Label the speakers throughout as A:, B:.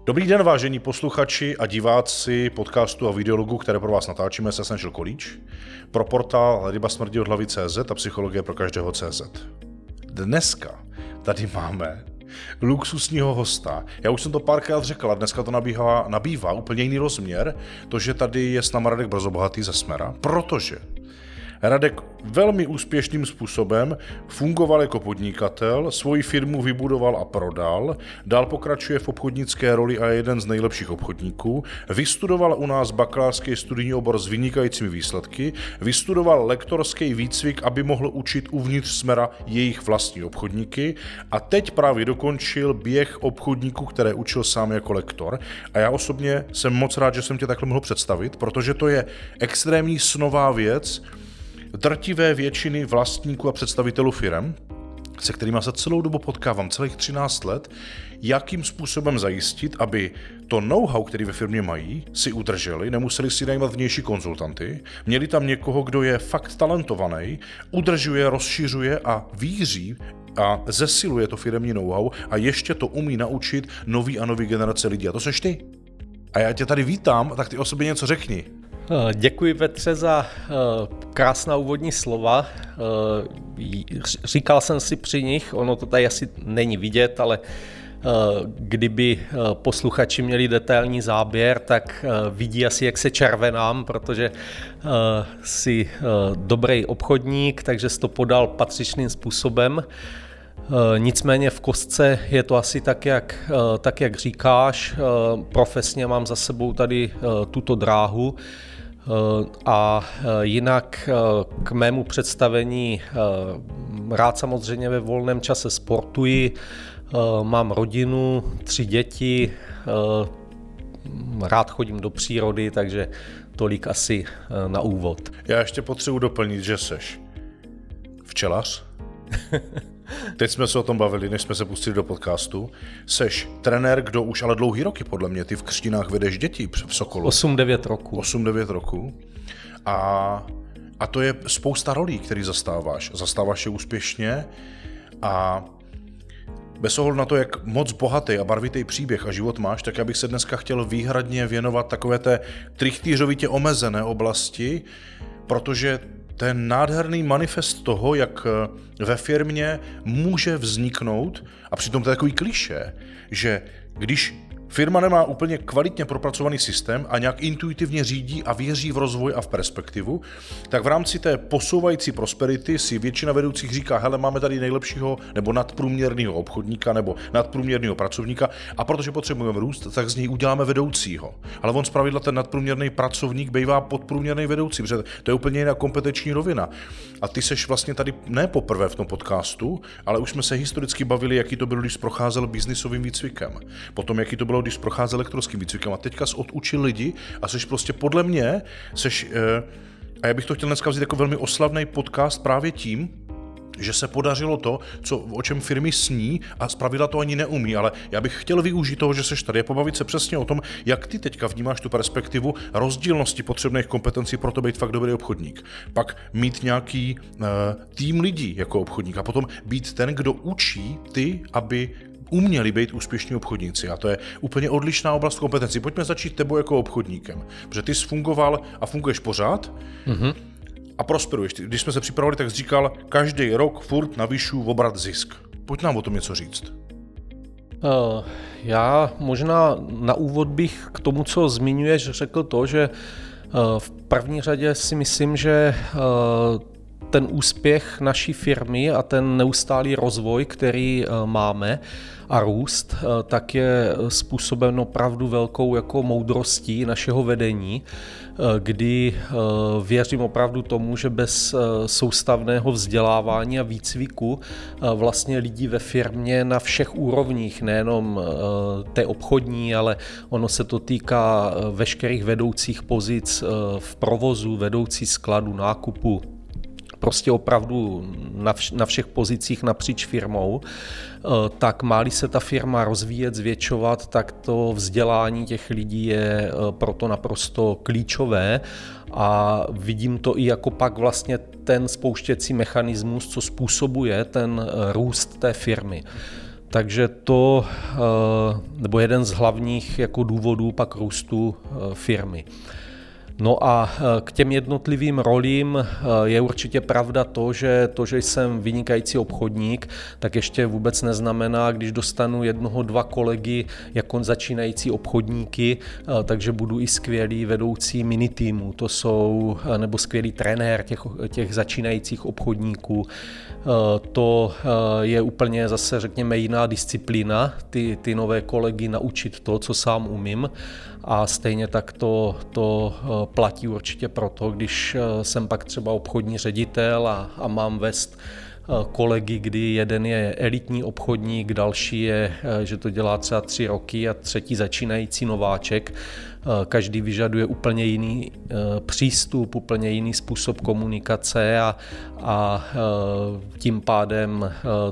A: Dobrý den, vážení posluchači a diváci podcastu a videologu, které pro vás natáčíme, se Essential College, pro portál Ryba smrdí od hlavy.cz a psychologie pro každého.cz. Dneska tady máme luxusního hosta. Já už jsem to párkrát řekl, a dneska to nabývá úplně jiný rozměr, to, že tady je s náma Radek Brzobohatý ze Smera, protože Radek velmi úspěšným způsobem fungoval jako podnikatel, svoji firmu vybudoval a prodal, dál pokračuje v obchodnické roli a je jeden z nejlepších obchodníků, vystudoval u nás bakalářský studijní obor s vynikajícími výsledky, vystudoval lektorský výcvik, aby mohl učit uvnitř Smera jejich vlastní obchodníky a teď právě dokončil běh obchodníků, které učil sám jako lektor. A já osobně jsem moc rád, že jsem tě takhle mohl představit, protože to je extrémní snová věc drtivé většiny vlastníků a představitelů firem, se kterými se celou dobu potkávám, celých 13 let, jakým způsobem zajistit, aby to know-how, který ve firmě mají, si udrželi, nemuseli si najímat vnější konzultanty, měli tam někoho, kdo je fakt talentovaný, udržuje, rozšiřuje a víří a zesiluje to firemní know-how a ještě to umí naučit nový a nový generace lidí. A to seš ty. A já tě tady vítám, tak ty o sobě něco řekni.
B: Děkuji, Petře, za krásná úvodní slova. Říkal jsem si při nich, ono to tady asi není vidět, ale kdyby posluchači měli detailní záběr, tak vidí asi, jak se červenám, protože jsi dobrý obchodník, takže jsi to podal patřičným způsobem. Nicméně v kostce je to asi tak, jak říkáš. Profesně mám za sebou tady tuto dráhu a jinak k mému představení rád samozřejmě ve volném čase sportuji, mám rodinu, 3 děti, rád chodím do přírody, takže tolik asi na úvod.
A: Já ještě potřebuji doplnit, že seš včelař. Teď jsme se o tom bavili, než jsme se pustili do podcastu. Seš trenér, kdo už ale dlouhý roky, podle mě, ty v Křtinách vedeš děti v Sokolu.
B: 8-9 roků.
A: 8-9 roků. A to je spousta rolí, který zastáváš. Zastáváš je úspěšně a bez ohledu na to, jak moc bohatý a barvitý příběh a život máš, tak já bych se dneska chtěl výhradně věnovat takové té trichtýřovitě omezené oblasti, protože ten nádherný manifest toho, jak ve firmě může vzniknout, a přitom to je takový klišé, že když firma nemá úplně kvalitně propracovaný systém a nějak intuitivně řídí a věří v rozvoj a v perspektivu, tak v rámci té posouvající prosperity si většina vedoucích říká, hele, máme tady nejlepšího nebo nadprůměrného obchodníka nebo nadprůměrného pracovníka a protože potřebujeme růst, tak z něj uděláme vedoucího. Ale on zpravidla ten nadprůměrný pracovník bývá podprůměrný vedoucí, protože to je úplně jiná kompetenční rovina. A ty seš vlastně tady ne poprvé v tom podcastu, ale už jsme se historicky bavili, jaký to bylo, když procházel biznisovým výcvikem. Potom jaký to bylo, když procházel lektorským výcvikem a teďka jsi odučil lidi a jsi prostě podle mě, a já bych to chtěl dneska vzít jako velmi oslavný podcast právě tím, že se podařilo to, o čem firmy sní a zpravidla to ani neumí, ale já bych chtěl využít toho, že seš tady a pobavit se přesně o tom, jak ty teďka vnímáš tu perspektivu rozdílnosti potřebných kompetencí pro to být fakt dobrý obchodník. Pak mít nějaký tým lidí jako obchodník a potom být ten, kdo učí ty, aby uměli být úspěšní obchodníci a to je úplně odlišná oblast kompetencí. Pojďme začít tebou jako obchodníkem, protože ty jsi fungoval a funguješ pořád a prosperuješ. Když jsme se připravili, tak jsi říkal, každý rok furt navyšuju obrat zisk. Pojď nám o tom něco říct.
B: Já možná na úvod bych k tomu, co zmiňuješ, řekl to, že v první řadě si myslím, že ten úspěch naší firmy a ten neustálý rozvoj, který máme a růst, tak je způsoben opravdu velkou jako moudrostí našeho vedení, kdy věřím opravdu tomu, že bez soustavného vzdělávání a výcviku vlastně lidí ve firmě na všech úrovních, nejenom té obchodní, ale ono se to týká veškerých vedoucích pozic v provozu, vedoucí skladu, nákupu, prostě opravdu na všech pozicích napříč firmou, tak má-li se ta firma rozvíjet, zvětšovat, tak to vzdělání těch lidí je proto naprosto klíčové a vidím to i jako pak vlastně ten spouštěcí mechanismus, co způsobuje ten růst té firmy. Takže to, nebo jeden z hlavních jako důvodů pak růstu firmy. No a k těm jednotlivým rolím je určitě pravda to, že jsem vynikající obchodník, tak ještě vůbec neznamená, když dostanu 1-2 kolegy jako začínající obchodníky, takže budu i skvělý vedoucí minitýmu. To jsou, nebo skvělý trenér těch začínajících obchodníků. To je úplně zase, řekněme, jiná disciplína, ty nové kolegy naučit to, co sám umím. A stejně tak to platí určitě proto, když jsem pak třeba obchodní ředitel a mám vést kolegy, kdy jeden je elitní obchodník, další je, že to dělá třeba 3 roky a třetí začínající nováček. Každý vyžaduje úplně jiný přístup, úplně jiný způsob komunikace a tím pádem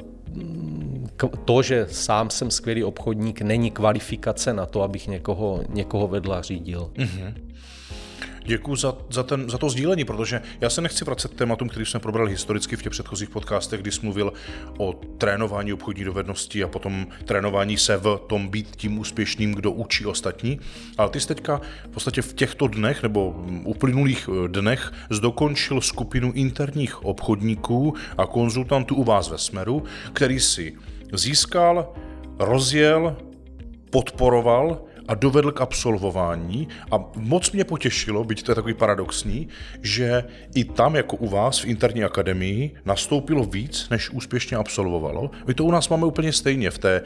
B: to, že sám jsem skvělý obchodník, není kvalifikace na to, abych někoho vedl a řídil.
A: Mm-hmm. Děkuji za to sdílení, protože já se nechci vracet k tématům, který jsme probrali historicky v těch předchozích podcastech, kdy jsi mluvil o trénování obchodní dovedností a potom trénování se v tom být tím úspěšným, kdo učí ostatní. Ale ty jsi teďka v podstatě v těchto dnech nebo uplynulých dnech dokončil skupinu interních obchodníků a konzultantů u vás ve Smeru, který si získal, rozjel, podporoval a dovedl k absolvování a moc mě potěšilo, byť to je takový paradoxní, že i tam jako u vás v interní akademii nastoupilo víc, než úspěšně absolvovalo. My to u nás máme úplně stejně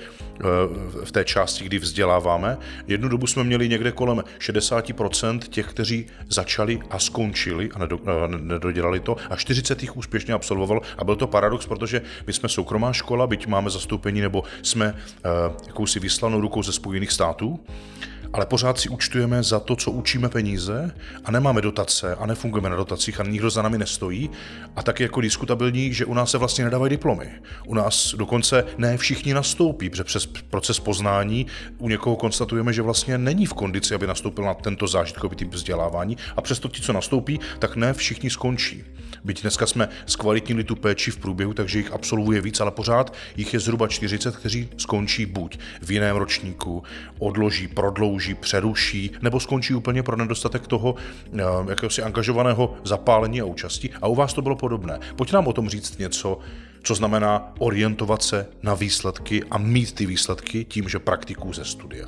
A: v té části, kdy vzděláváme. Jednu dobu jsme měli někde kolem 60% těch, kteří začali a skončili a nedodělali to a 40 jich úspěšně absolvovalo a byl to paradox, protože my jsme soukromá škola, byť máme zastoupení nebo jsme jakousi vyslanou rukou ze Spojených států, ale pořád si účtujeme za to, co učíme peníze a nemáme dotace a nefungujeme na dotacích a nikdo za námi nestojí a tak jako diskutabilní, že u nás se vlastně nedávají diplomy. U nás dokonce ne všichni nastoupí, protože přes proces poznání u někoho konstatujeme, že vlastně není v kondici, aby nastoupil na tento zážitkový typ vzdělávání a přesto ti, co nastoupí, tak ne všichni skončí. Byť dneska jsme zkvalitnili tu péči v průběhu, takže jich absolvuje víc, ale pořád jich je zhruba 40, kteří skončí buď v jiném ročníku, odloží, prodlouží, přeruší, nebo skončí úplně pro nedostatek toho jakéhosi angažovaného zapálení a účasti. A u vás to bylo podobné. Pojď nám o tom říct něco, co znamená orientovat se na výsledky a mít ty výsledky tím, že praktikuju ze studia.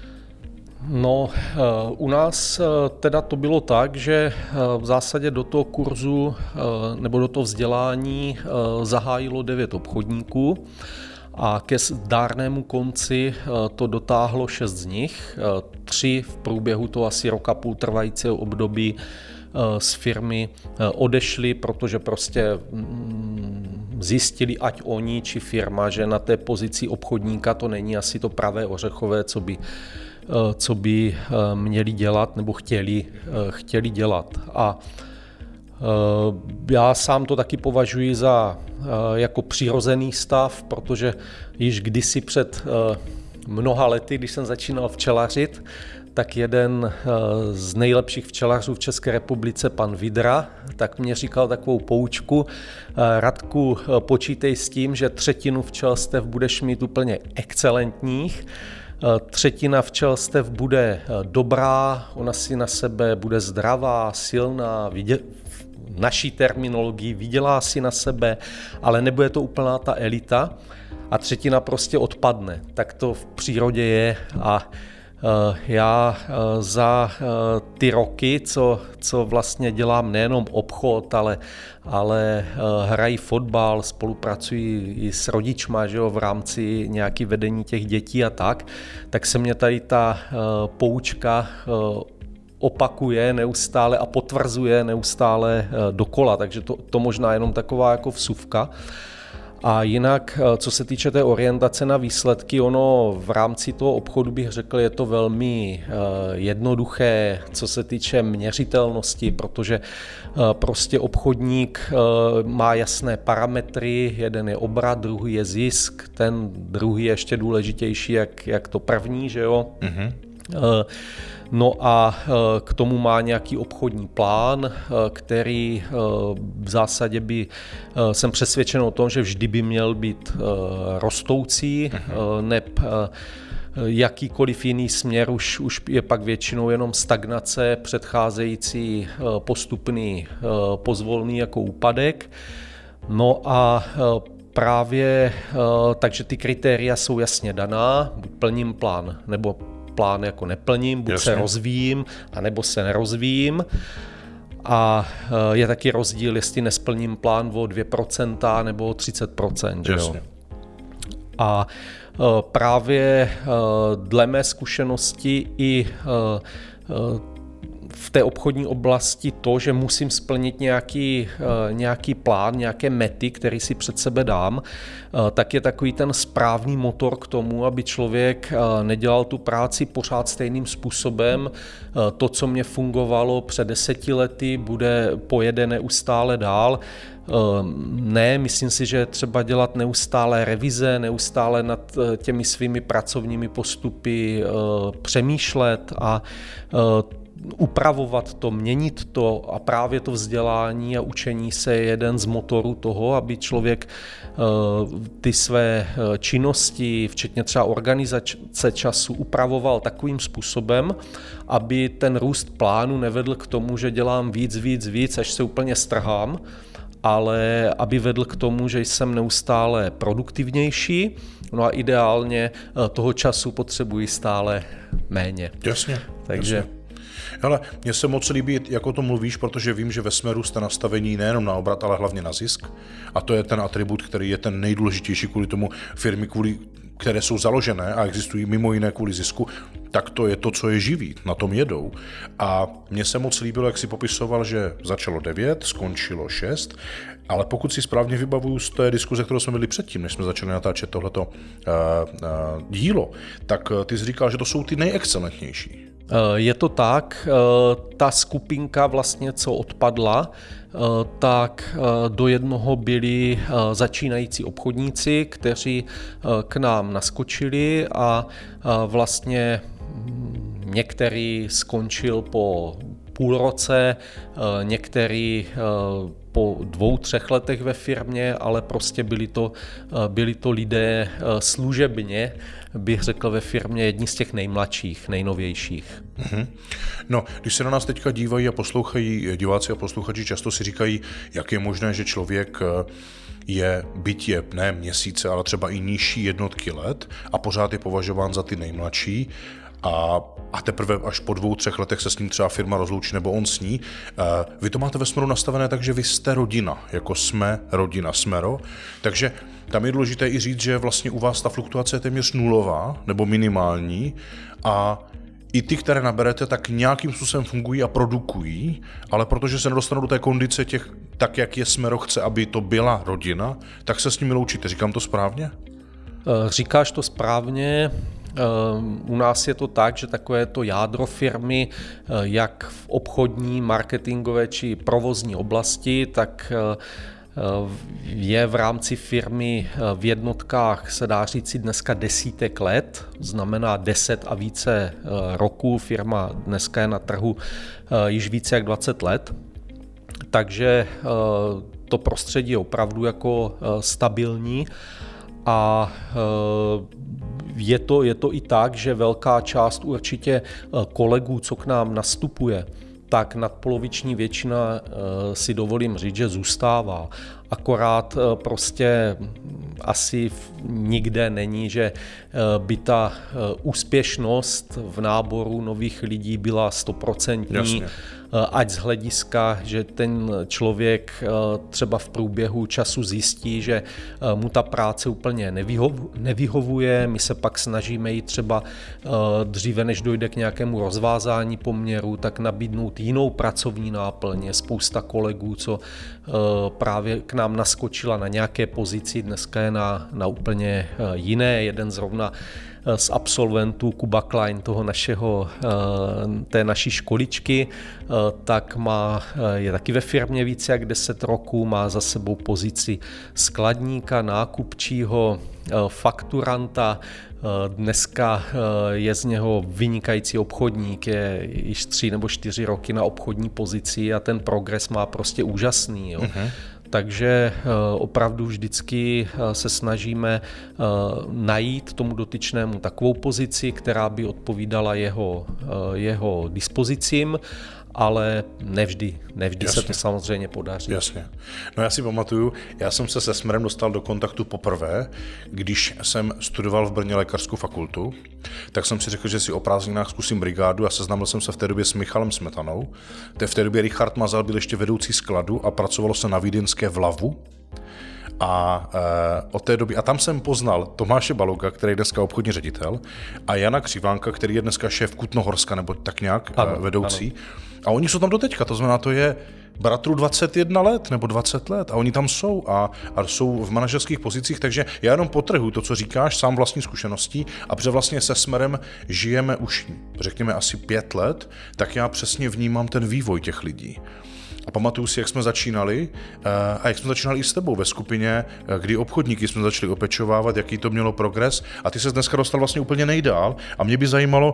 B: No, u nás teda to bylo tak, že v zásadě do toho kurzu nebo do toho vzdělání zahájilo 9 obchodníků a ke zdárnému konci to dotáhlo 6 z nich. 3 v průběhu toho asi roka půl trvajícího období z firmy odešli, protože prostě zjistili, ať oni či firma, že na té pozici obchodníka to není asi to pravé ořechové, co by měli dělat nebo chtěli dělat. A já sám to taky považuji za jako přirozený stav, protože již kdysi před mnoha lety, když jsem začínal včelařit, tak jeden z nejlepších včelařů v České republice, pan Vidra, tak mě říkal takovou poučku: Radku, počítej s tím, že 1/3 včelstev budeš mít úplně excelentních, 1/3 včelstev bude dobrá, ona si na sebe bude zdravá, silná, v naší terminologii vydělá si na sebe, ale nebude to úplná ta elita a 1/3 prostě odpadne. Tak to v přírodě je a já za ty roky, co vlastně dělám nejenom obchod, ale hrají fotbal, spolupracuji i s rodičma, že jo, v rámci nějaký vedení těch dětí a tak se mě tady ta poučka opakuje neustále a potvrzuje neustále dokola, takže to možná jenom taková jako vsuvka. A jinak, co se týče té orientace na výsledky, ono v rámci toho obchodu bych řekl, je to velmi jednoduché, co se týče měřitelnosti, protože prostě obchodník má jasné parametry, jeden je obrat, druhý je zisk, ten druhý je ještě důležitější jak to první, že jo? Mm-hmm. No a k tomu má nějaký obchodní plán, který v zásadě jsem přesvědčen o tom, že vždy by měl být rostoucí, neb jakýkoliv jiný směr už je pak většinou jenom stagnace, předcházející postupný pozvolný jako úpadek. No a právě takže ty kritéria jsou jasně daná, buď plním plán, nebo plán jako neplním, buď se rozvíjím, anebo se nerozvíjím. A je taky rozdíl, jestli nesplním plán o 2% nebo o 30%.
A: Jasně.
B: A právě dle mé zkušenosti i v té obchodní oblasti to, že musím splnit nějaký plán, nějaké mety, který si před sebe dám, tak je takový ten správný motor k tomu, aby člověk nedělal tu práci pořád stejným způsobem. To, co mě fungovalo před 10 lety, pojede neustále dál. Ne, myslím si, že je třeba dělat neustále revize, neustále nad těmi svými pracovními postupy přemýšlet a upravovat to, měnit to, a právě to vzdělání a učení se je jeden z motorů toho, aby člověk ty své činnosti, včetně třeba organizace času, upravoval takovým způsobem, aby ten růst plánu nevedl k tomu, že dělám víc, až se úplně strhám, ale aby vedl k tomu, že jsem neustále produktivnější, no a ideálně toho času potřebuji stále méně.
A: Jasně.
B: Takže
A: jasně. Hele, mně se moc líbí, jak o tom mluvíš, protože vím, že ve Smeru jste nastavení nejenom na obrat, ale hlavně na zisk. A to je ten atribut, který je ten nejdůležitější kvůli tomu firmy, které jsou založené a existují mimo jiné kvůli zisku, tak to je to, co je živí, na tom jedou. A mně se moc líbilo, jak si popisoval, že začalo 9, skončilo 6, ale pokud si správně vybavuju z té diskuze, kterou jsme měli předtím, než jsme začali natáčet tohleto dílo, tak ty jsi říkal, že to jsou ty nejexcelentnější.
B: Je to tak, ta skupinka vlastně, co odpadla, tak do jednoho byli začínající obchodníci, kteří k nám naskočili a vlastně některý skončil po půl roce, některý po 2-3 letech ve firmě, ale prostě byli to lidé služebně, bych řekl, ve firmě jedni z těch nejmladších, nejnovějších.
A: Mm-hmm. No, když se na nás teďka dívají a poslouchají, diváci a posluchači často si říkají, jak je možné, že člověk je ne měsíce, ale třeba i nižší jednotky let a pořád je považován za ty nejmladší, a teprve až po 2-3 letech se s ním třeba firma rozloučí nebo on s ní. Vy to máte ve Smeru nastavené tak, že vy jste rodina, jako jsme rodina Smero, takže tam je důležité i říct, že vlastně u vás ta fluktuace je téměř nulová nebo minimální a i ty, které naberete, tak nějakým způsobem fungují a produkují, ale protože se nedostanou do té kondice tak, jak je Smero chce, aby to byla rodina, tak se s nimi loučíte. Říkám to správně?
B: Říkáš to správně. U nás je to tak, že takové to jádro firmy, jak v obchodní, marketingové či provozní oblasti, tak je v rámci firmy v jednotkách, se dá říci dneska desítek let, znamená 10 a více roků, firma dneska je na trhu již více jak 20 let, takže to prostředí je opravdu jako stabilní a je to i tak, že velká část určitě kolegů, co k nám nastupuje, tak nadpoloviční většina si dovolím říct, že zůstává. Akorát prostě asi nikde není, že by ta úspěšnost v náboru nových lidí byla 100%.
A: Jasně.
B: Ať z hlediska, že ten člověk třeba v průběhu času zjistí, že mu ta práce úplně nevyhovuje, my se pak snažíme jít třeba dříve, než dojde k nějakému rozvázání poměru, tak nabídnout jinou pracovní náplň. Je spousta kolegů, co právě k nám naskočila na nějaké pozici, dneska je na úplně jiné. Jeden zrovna z absolventů Kuba Klein, té naší školičky, tak je taky ve firmě více jak 10 roků, má za sebou pozici skladníka, nákupčího, fakturanta. Dneska je z něho vynikající obchodník, je již 3 nebo 4 roky na obchodní pozici a ten progres má prostě úžasný. Jo. Takže opravdu vždycky se snažíme najít tomu dotyčnému takovou pozici, která by odpovídala jeho dispozicím, ale nevždy se to samozřejmě podaří.
A: Jasně. No já si pamatuju, já jsem se se Smerem dostal do kontaktu poprvé, když jsem studoval v Brně lékařskou fakultu, tak jsem si řekl, že si o prázdninách zkusím brigádu a seznámil jsem se v té době s Michalem Smetanou. V té době Richard Mazal byl ještě vedoucí skladu a pracovalo se na Vídeňské v Lavu. A od té doby, a tam jsem poznal Tomáše Balouka, který je dneska obchodní ředitel, a Jana Křivánka, který je dneska šéf Kutnohorska, nebo tak nějak vedoucí. Ano. A oni jsou tam doteďka, to znamená, to je bratru 21 let nebo 20 let a oni tam jsou a jsou v manažerských pozicích, takže já jenom podtrhuji to, co říkáš, sám vlastní zkušeností a protože vlastně se Smerem žijeme už, řekněme, asi 5 let, tak já přesně vnímám ten vývoj těch lidí. A pamatuju si, jak jsme začínali a jak jsme začínali i s tebou ve skupině, kdy obchodníky jsme začali opečovávat, jaký to mělo progres a ty se dneska dostal vlastně úplně nejdál a mě by zajímalo,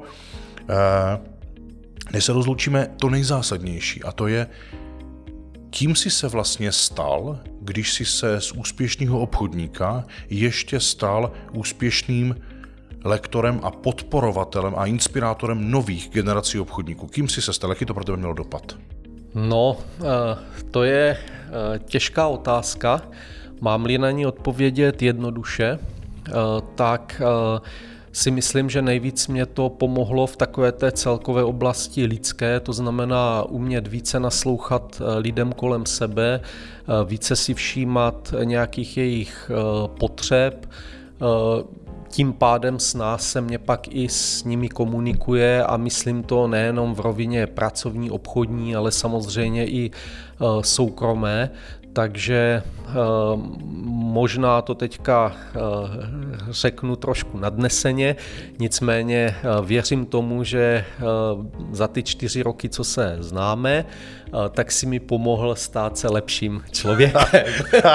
A: než se rozloučíme, to nejzásadnější a to je, kým jsi se vlastně stal, když jsi se z úspěšného obchodníka ještě stal úspěšným lektorem a podporovatelem a inspirátorem nových generací obchodníků. Kým jsi se stal, jaký to pro tebe mělo dopad?
B: No, to je těžká otázka. Mám-li na ní odpovědět jednoduše, tak si myslím, že nejvíc mě to pomohlo v takové té celkové oblasti lidské, to znamená umět více naslouchat lidem kolem sebe, více si všímat nějakých jejich potřeb, tím pádem s nás se mě pak i s nimi komunikuje a myslím to nejenom v rovině pracovní, obchodní, ale samozřejmě i soukromé. Takže možná to teďka řeknu trošku nadneseně, nicméně věřím tomu, že za ty 4 roky, co se známe, tak si mi pomohl stát se lepším člověkem.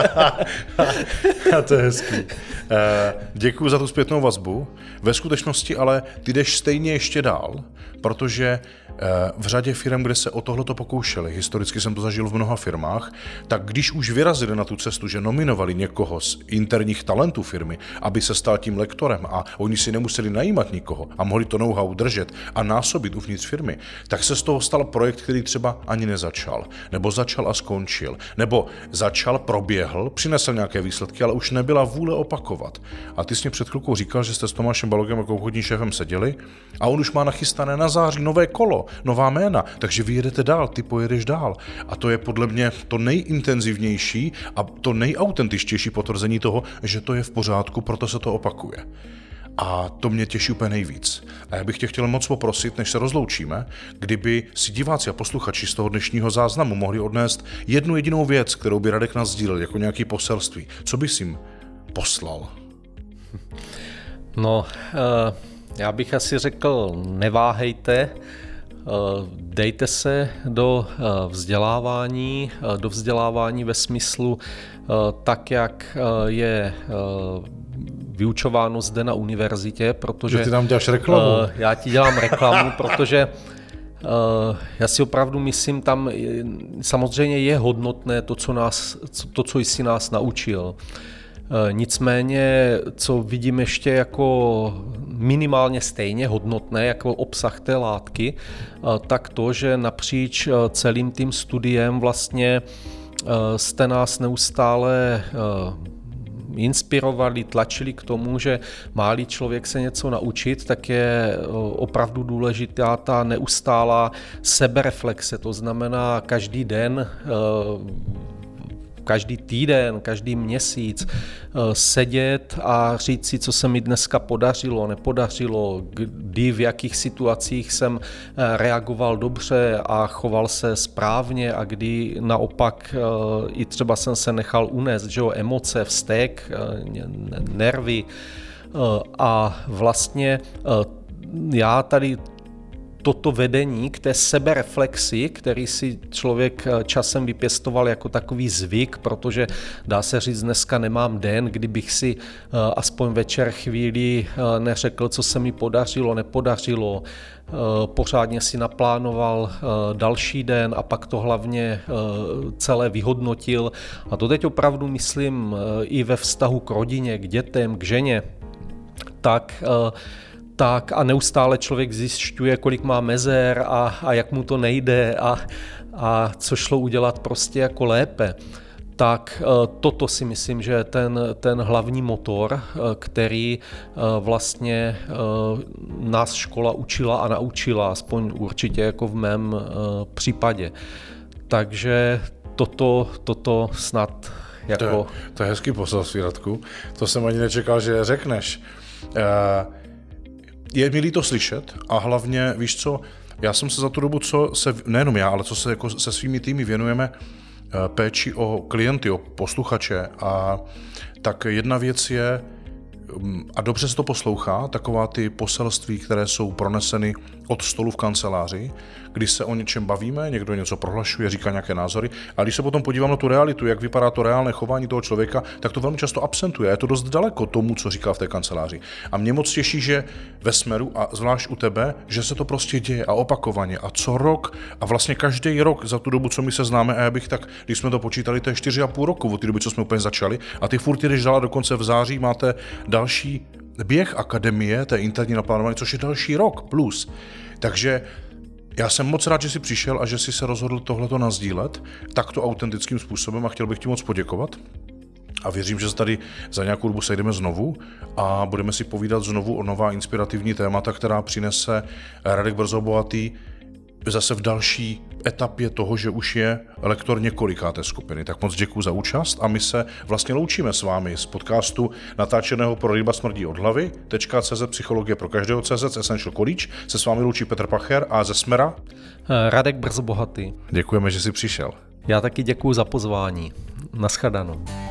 A: To je hezký. Děkuji za tu zpětnou vazbu. Ve skutečnosti ale ty jdeš stejně ještě dál, protože v řadě firm, kde se o tohleto pokoušeli, historicky jsem to zažil v mnoha firmách, tak když už vyrazili na tu cestu, že nominovali někoho z interních talentů firmy, aby se stal tím lektorem a oni si nemuseli najímat nikoho a mohli to know-how držet a násobit uvnitř firmy, tak se z toho stal projekt, který třeba ani nezačal, nebo začal a skončil, nebo začal, proběhl, přinesl nějaké výsledky, ale už nebyla vůle opakovat. A ty jsi mě před chvilkou říkal, že jste s Tomášem Balogem jako obchodním šéfem seděli a on už má nachystané na září nové kolo, nová jména, takže vy jedete dál, ty pojedeš dál. A to je podle mě to nejintenzivnější a to nejautentičtější potvrzení toho, že to je v pořádku, proto se to opakuje. A to mě těší úplně nejvíc. A já bych tě chtěl moc poprosit, než se rozloučíme, kdyby si diváci a posluchači z toho dnešního záznamu mohli odnést jednu jedinou věc, kterou by Radek nás sdílel jako nějaké poselství. Co bys jim poslal?
B: No, já bych asi řekl, neváhejte, dejte se do vzdělávání ve smyslu tak, jak je vyučováno zde na univerzitě, protože...
A: Že ty tam děláš reklamu.
B: Já ti dělám reklamu, protože já si opravdu myslím, tam samozřejmě je hodnotné to, co jsi nás naučil. Nicméně, co vidím ještě jako minimálně stejně hodnotné jako obsah té látky, tak to, že napříč celým tím studiem vlastně jste nás neustále inspirovali, tlačili k tomu, že má-li člověk se něco naučit, tak je opravdu důležitá ta neustálá sebereflexe, to znamená každý den, každý týden, každý měsíc sedět a říct si, co se mi dneska podařilo, nepodařilo, kdy, v jakých situacích jsem reagoval dobře a choval se správně a kdy naopak i třeba jsem se nechal unést, že jo, emoce, vztek, nervy. A vlastně já tady toto vedení k té sebereflexi, který si člověk časem vypěstoval jako takový zvyk, protože dá se říct, dneska nemám den, kdybych si aspoň večer chvíli neřekl, co se mi podařilo, nepodařilo, pořádně si naplánoval další den a pak to hlavně celé vyhodnotil. A to teď opravdu myslím i ve vztahu k rodině, k dětem, k ženě, tak a neustále člověk zjišťuje, kolik má mezer a jak mu to nejde a co šlo udělat prostě jako lépe. Tak toto si myslím, že je ten hlavní motor, který vlastně nás škola učila a naučila, aspoň určitě jako v mém případě. Takže toto snad jako...
A: To je hezký poselství, Radku. To jsem ani nečekal, že řekneš. Je mi líto slyšet a hlavně, víš co, já jsem se za tu dobu, nejenom já, ale co se jako se svými týmy věnujeme péči o klienty, o posluchače, a tak jedna věc je, a dobře se to poslouchá, taková ty poselství, které jsou proneseny od stolu v kanceláři, když se o něčem bavíme, někdo něco prohlašuje, říká nějaké názory, a když se potom podívám na tu realitu, jak vypadá to reálné chování toho člověka, tak to velmi často absentuje. Je to dost daleko tomu, co říká v té kanceláři. A mě moc těší, že ve Smeru, a zvlášť u tebe, že se to prostě děje a opakovaně. A co rok, a vlastně každý rok za tu dobu, co my se známe, a já bych tak, když jsme to počítali, to je 4,5 roku od té doby, co jsme úplně začali, a ty furt jdeš dál a dokonce v září máte další běh akademie, té interní naplánování, což je další rok plus. Takže já jsem moc rád, že jsi přišel a že jsi se rozhodl tohleto nasdílet takto autentickým způsobem a chtěl bych ti moc poděkovat. A věřím, že se tady za nějakou dobu sejdeme znovu a budeme si povídat znovu o nová inspirativní témata, která přinese Radek Brzobohatý zase v další etapě toho, že už je lektor několikáté skupiny. Tak moc děkuji za účast a my se vlastně loučíme s vámi z podcastu natáčeného pro Ryba smrdí od hlavy, .cz psychologie pro každého CZ Essential College. Se s vámi loučí Petr Pacher a ze Smera
B: Radek Brzobohatý.
A: Děkujeme, že jsi přišel.
B: Já taky děkuji za pozvání. Nashledanou.